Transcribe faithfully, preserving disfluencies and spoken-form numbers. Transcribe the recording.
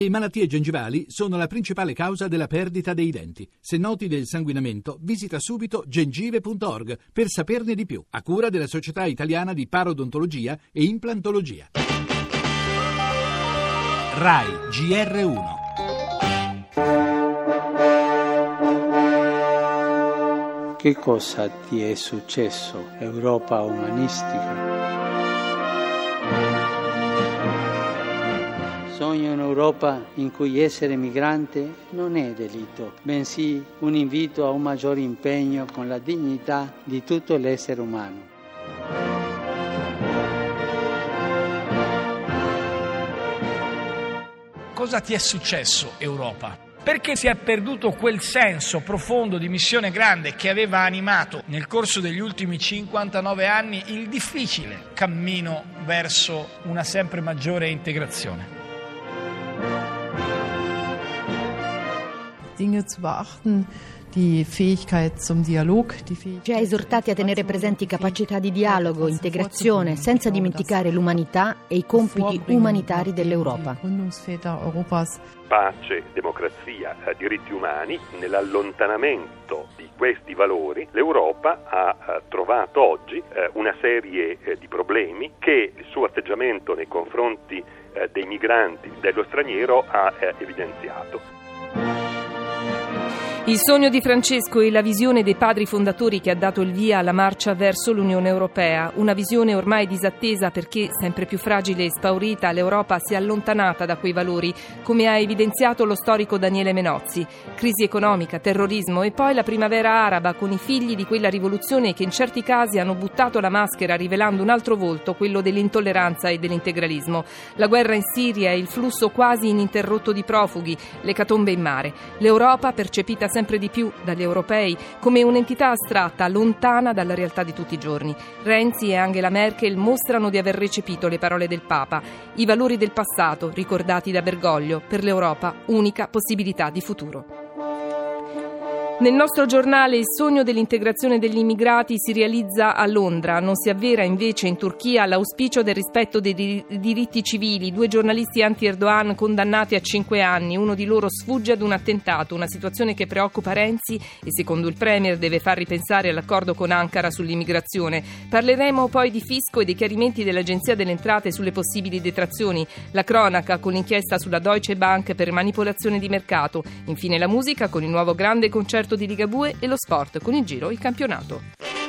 Le malattie gengivali sono la principale causa della perdita dei denti. Se noti del sanguinamento, visita subito gengive punto org per saperne di più, a cura della Società Italiana di Parodontologia e Implantologia. RAI G R uno. Che cosa ti è successo, Europa umanistica? Sogno un'Europa in cui essere migrante non è delitto, bensì un invito a un maggior impegno con la dignità di tutto l'essere umano. Cosa ti è successo, Europa? Perché si è perduto quel senso profondo di missione grande che aveva animato nel corso degli ultimi cinquantanove anni il difficile cammino verso una sempre maggiore integrazione. Dinge zu beachten, die Fähigkeit zum Dialog, die Fähigkeit... Ci ha esortati a tenere presenti capacità di dialogo, integrazione, senza dimenticare l'umanità e i compiti umanitari dell'Europa. Pace, democrazia, diritti umani, nell'allontanamento di questi valori l'Europa ha trovato oggi una serie di problemi che il suo atteggiamento nei confronti dei migranti, dello straniero, ha evidenziato. Il sogno di Francesco e la visione dei padri fondatori che ha dato il via alla marcia verso l'Unione Europea, una visione ormai disattesa perché sempre più fragile e spaurita l'Europa si è allontanata da quei valori, come ha evidenziato lo storico Daniele Menozzi. Crisi economica, terrorismo e poi la primavera araba con i figli di quella rivoluzione che in certi casi hanno buttato la maschera rivelando un altro volto, quello dell'intolleranza e dell'integralismo. La guerra in Siria e il flusso quasi ininterrotto di profughi, l'ecatombe in mare. L'Europa percepita sempre di più dagli europei come un'entità astratta, lontana dalla realtà di tutti i giorni. Renzi e Angela Merkel mostrano di aver recepito le parole del Papa, i valori del passato ricordati da Bergoglio, per l'Europa unica possibilità di futuro. Nel nostro giornale il sogno dell'integrazione degli immigrati si realizza a Londra, non si avvera invece in Turchia l'auspicio del rispetto dei diritti civili. Due giornalisti anti-Erdogan condannati a cinque anni, uno di loro sfugge ad un attentato, una situazione che preoccupa Renzi e secondo il Premier deve far ripensare all'accordo con Ankara sull'immigrazione. Parleremo poi di fisco e dei chiarimenti dell'Agenzia delle Entrate sulle possibili detrazioni, la cronaca con l'inchiesta sulla Deutsche Bank per manipolazione di mercato, infine la musica con il nuovo grande concerto di Ligabue e lo sport con il Giro il campionato.